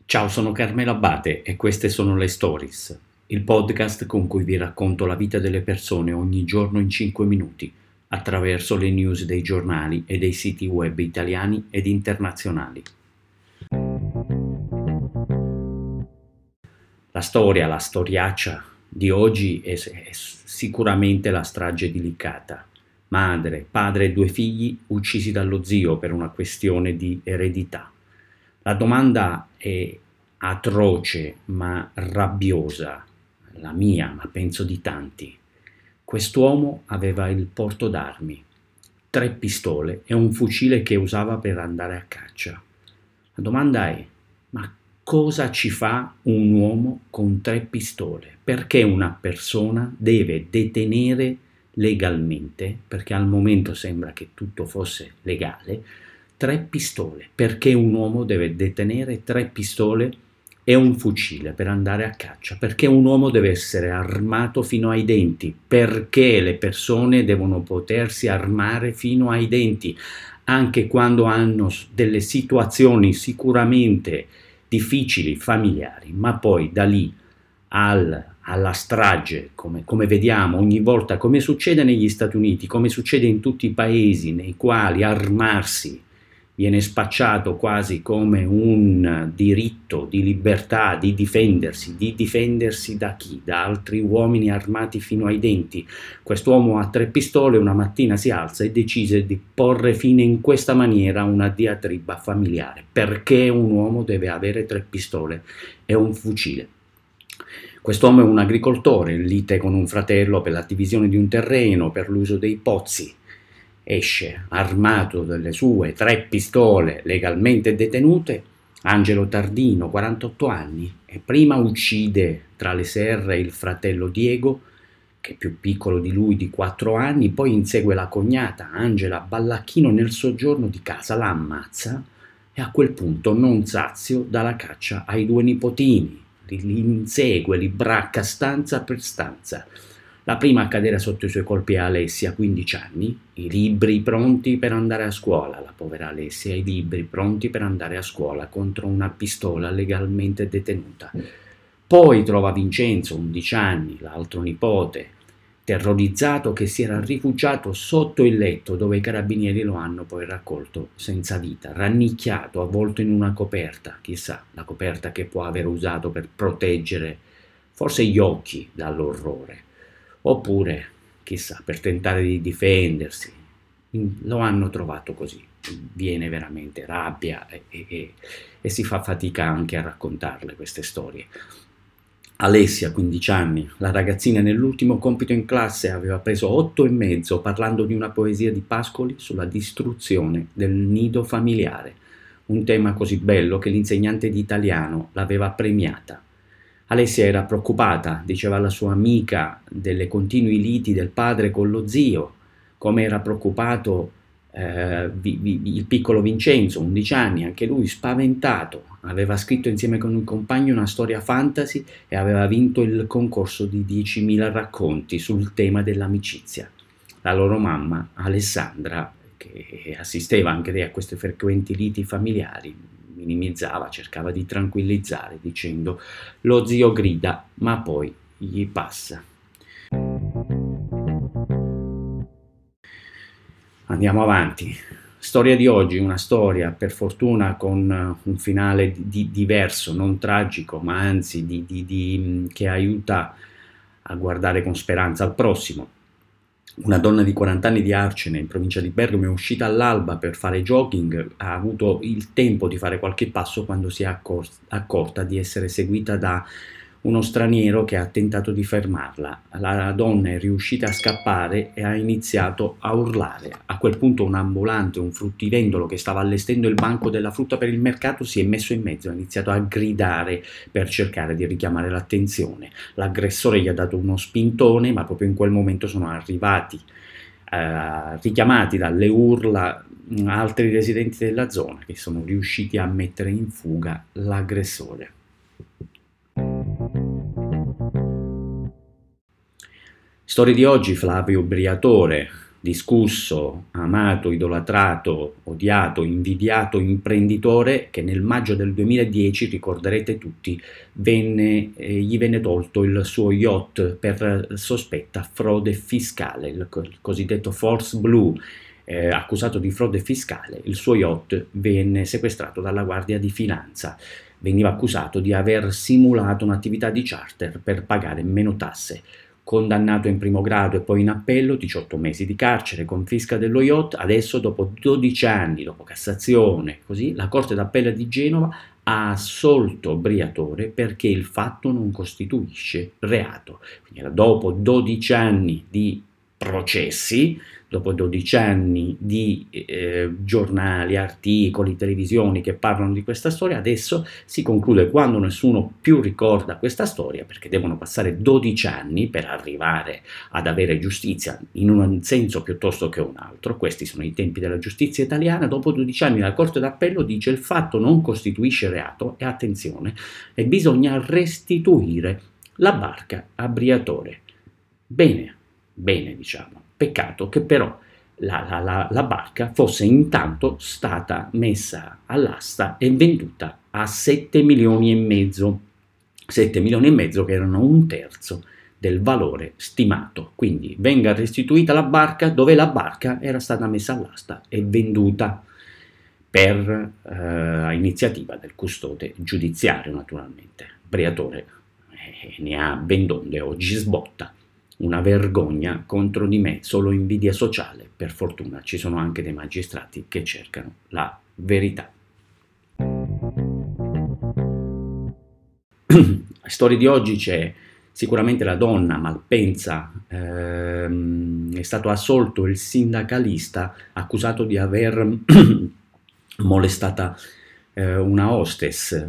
Ciao, sono Carmelo Abate e queste sono le Stories, il podcast con cui vi racconto la vita delle persone ogni giorno in 5 minuti, attraverso le news dei giornali e dei siti web italiani ed internazionali. La storiaccia di oggi è sicuramente la strage di Licata. Madre, padre e 2 figli uccisi dallo zio per una questione di eredità. La domanda è atroce ma rabbiosa, la mia, ma penso di tanti. Quest'uomo aveva il porto d'armi, 3 pistole e un fucile che usava per andare a caccia. La domanda è: ma cosa ci fa un uomo con 3 pistole? Perché una persona deve detenere legalmente, perché al momento sembra che tutto fosse legale, 3 pistole? Perché un uomo deve detenere 3 pistole e un fucile per andare a caccia? Perché un uomo deve essere armato fino ai denti? Perché le persone devono potersi armare fino ai denti anche quando hanno delle situazioni sicuramente difficili, familiari, ma poi da lì alla strage, come vediamo ogni volta, come succede negli Stati Uniti, come succede in tutti i paesi nei quali armarsi viene spacciato quasi come un diritto di libertà, di difendersi da chi? Da altri uomini armati fino ai denti. Quest'uomo ha 3 pistole, una mattina si alza e decise di porre fine in questa maniera a una diatriba familiare. Perché un uomo deve avere 3 pistole e un fucile? Quest'uomo è un agricoltore, lite con un fratello per la divisione di un terreno, per l'uso dei pozzi. Esce armato delle sue 3 pistole legalmente detenute, Angelo Tardino, 48 anni, e prima uccide tra le serre il fratello Diego, che è più piccolo di lui di 4 anni, poi insegue la cognata Angela Ballacchino nel soggiorno di casa, la ammazza e a quel punto, non sazio, dà la caccia ai 2 nipotini, li insegue, li bracca stanza per stanza. La prima a cadere sotto i suoi colpi è Alessia, 15 anni, i libri pronti per andare a scuola. La povera Alessia, i libri pronti per andare a scuola contro una pistola legalmente detenuta. Poi trova Vincenzo, 11 anni, l'altro nipote, terrorizzato, che si era rifugiato sotto il letto, dove i carabinieri lo hanno poi raccolto senza vita, rannicchiato, avvolto in una coperta, chissà, la coperta che può aver usato per proteggere forse gli occhi dall'orrore. Oppure, chissà, per tentare di difendersi. Lo hanno trovato così. Viene veramente rabbia e si fa fatica anche a raccontarle queste storie. Alessia, 15 anni, la ragazzina nell'ultimo compito in classe aveva preso 8,5 parlando di una poesia di Pascoli sulla distruzione del nido familiare, un tema così bello che l'insegnante di italiano l'aveva premiata. Alessia era preoccupata, diceva alla sua amica, delle continui liti del padre con lo zio, come era preoccupato il piccolo Vincenzo, 11 anni, anche lui spaventato. Aveva scritto insieme con un compagno una storia fantasy e aveva vinto il concorso di 10.000 racconti sul tema dell'amicizia. La loro mamma, Alessandra, che assisteva anche lei a queste frequenti liti familiari, minimizzava, cercava di tranquillizzare dicendo: lo zio grida ma poi gli passa. Andiamo avanti. Storia di oggi, una storia per fortuna con un finale diverso, non tragico, ma anzi che aiuta a guardare con speranza al prossimo. Una donna di 40 anni di Arcene, in provincia di Bergamo, è uscita all'alba per fare jogging, ha avuto il tempo di fare qualche passo quando si è accorta di essere seguita da uno straniero che ha tentato di fermarla. La donna è riuscita a scappare e ha iniziato a urlare. A quel punto un ambulante, un fruttivendolo che stava allestendo il banco della frutta per il mercato, si è messo in mezzo, ha iniziato a gridare per cercare di richiamare l'attenzione. L'aggressore gli ha dato uno spintone, ma proprio in quel momento sono arrivati, richiamati dalle urla, altri residenti della zona che sono riusciti a mettere in fuga l'aggressore. Storia di oggi: Flavio Briatore, discusso, amato, idolatrato, odiato, invidiato imprenditore che nel maggio del 2010, ricorderete tutti, gli venne tolto il suo yacht per sospetta frode fiscale, il cosiddetto Force Blue. Accusato di frode fiscale, il suo yacht venne sequestrato dalla Guardia di Finanza. Veniva accusato di aver simulato un'attività di charter per pagare meno tasse. Condannato in primo grado e poi in appello, 18 mesi di carcere, confisca dello yacht. Adesso, dopo 12 anni, dopo Cassazione, così, la Corte d'Appello di Genova ha assolto Briatore perché il fatto non costituisce reato. Quindi dopo 12 anni di processi, dopo 12 anni di giornali, articoli, televisioni che parlano di questa storia, adesso si conclude quando nessuno più ricorda questa storia, perché devono passare 12 anni per arrivare ad avere giustizia in un senso piuttosto che un altro. Questi sono i tempi della giustizia italiana. Dopo 12 anni la Corte d'Appello dice il fatto non costituisce reato e attenzione, e bisogna restituire la barca a Briatore. Bene, bene, diciamo. Peccato che però la barca fosse intanto stata messa all'asta e venduta a 7 milioni e mezzo. 7 milioni e mezzo che erano un terzo del valore stimato. Quindi venga restituita la barca dove la barca era stata messa all'asta e venduta per iniziativa del custode giudiziario, naturalmente. Briatore ne ha ben donde, oggi sbotta. Una vergogna contro di me, solo invidia sociale. Per fortuna ci sono anche dei magistrati che cercano la verità. La storia di oggi c'è sicuramente la donna Malpensa, è stato assolto il sindacalista accusato di aver molestata una hostess.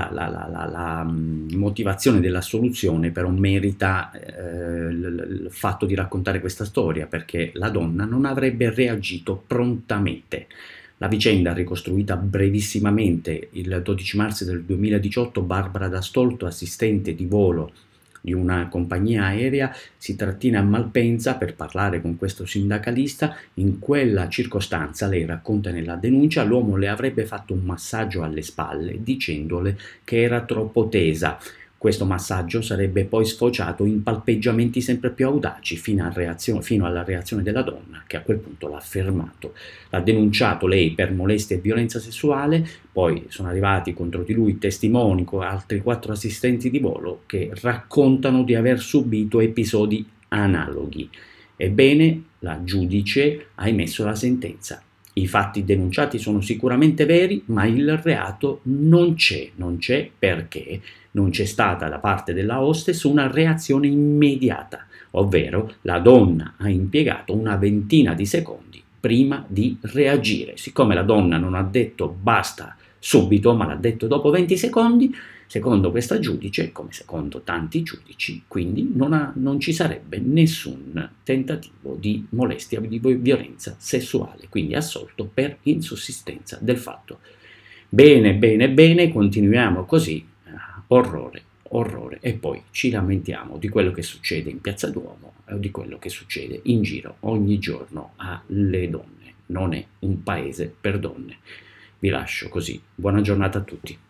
La motivazione dell'assoluzione però merita il fatto di raccontare questa storia, perché la donna non avrebbe reagito prontamente. La vicenda, ricostruita brevissimamente, il 12 marzo del 2018, Barbara D'Astolto, assistente di volo di una compagnia aerea, si trattiene a Malpensa per parlare con questo sindacalista. In quella circostanza, lei racconta nella denuncia, l'uomo le avrebbe fatto un massaggio alle spalle dicendole che era troppo tesa. Questo massaggio sarebbe poi sfociato in palpeggiamenti sempre più audaci fino alla reazione della donna, che a quel punto l'ha fermato. L'ha denunciato lei per molestia e violenza sessuale, poi sono arrivati contro di lui testimoni, altri 4 assistenti di volo che raccontano di aver subito episodi analoghi. Ebbene, la giudice ha emesso la sentenza. I fatti denunciati sono sicuramente veri, ma il reato non c'è perché non c'è stata da parte della hostess una reazione immediata, ovvero la donna ha impiegato una ventina di secondi prima di reagire. Siccome la donna non ha detto basta subito, ma l'ha detto dopo 20 secondi, secondo questa giudice, come secondo tanti giudici, quindi non ci sarebbe nessun tentativo di molestia, di violenza sessuale, quindi assolto per insussistenza del fatto. Bene, bene, bene, continuiamo così, orrore, orrore, e poi ci lamentiamo di quello che succede in Piazza Duomo o di quello che succede in giro ogni giorno alle donne. Non è un paese per donne. Vi lascio così, buona giornata a tutti.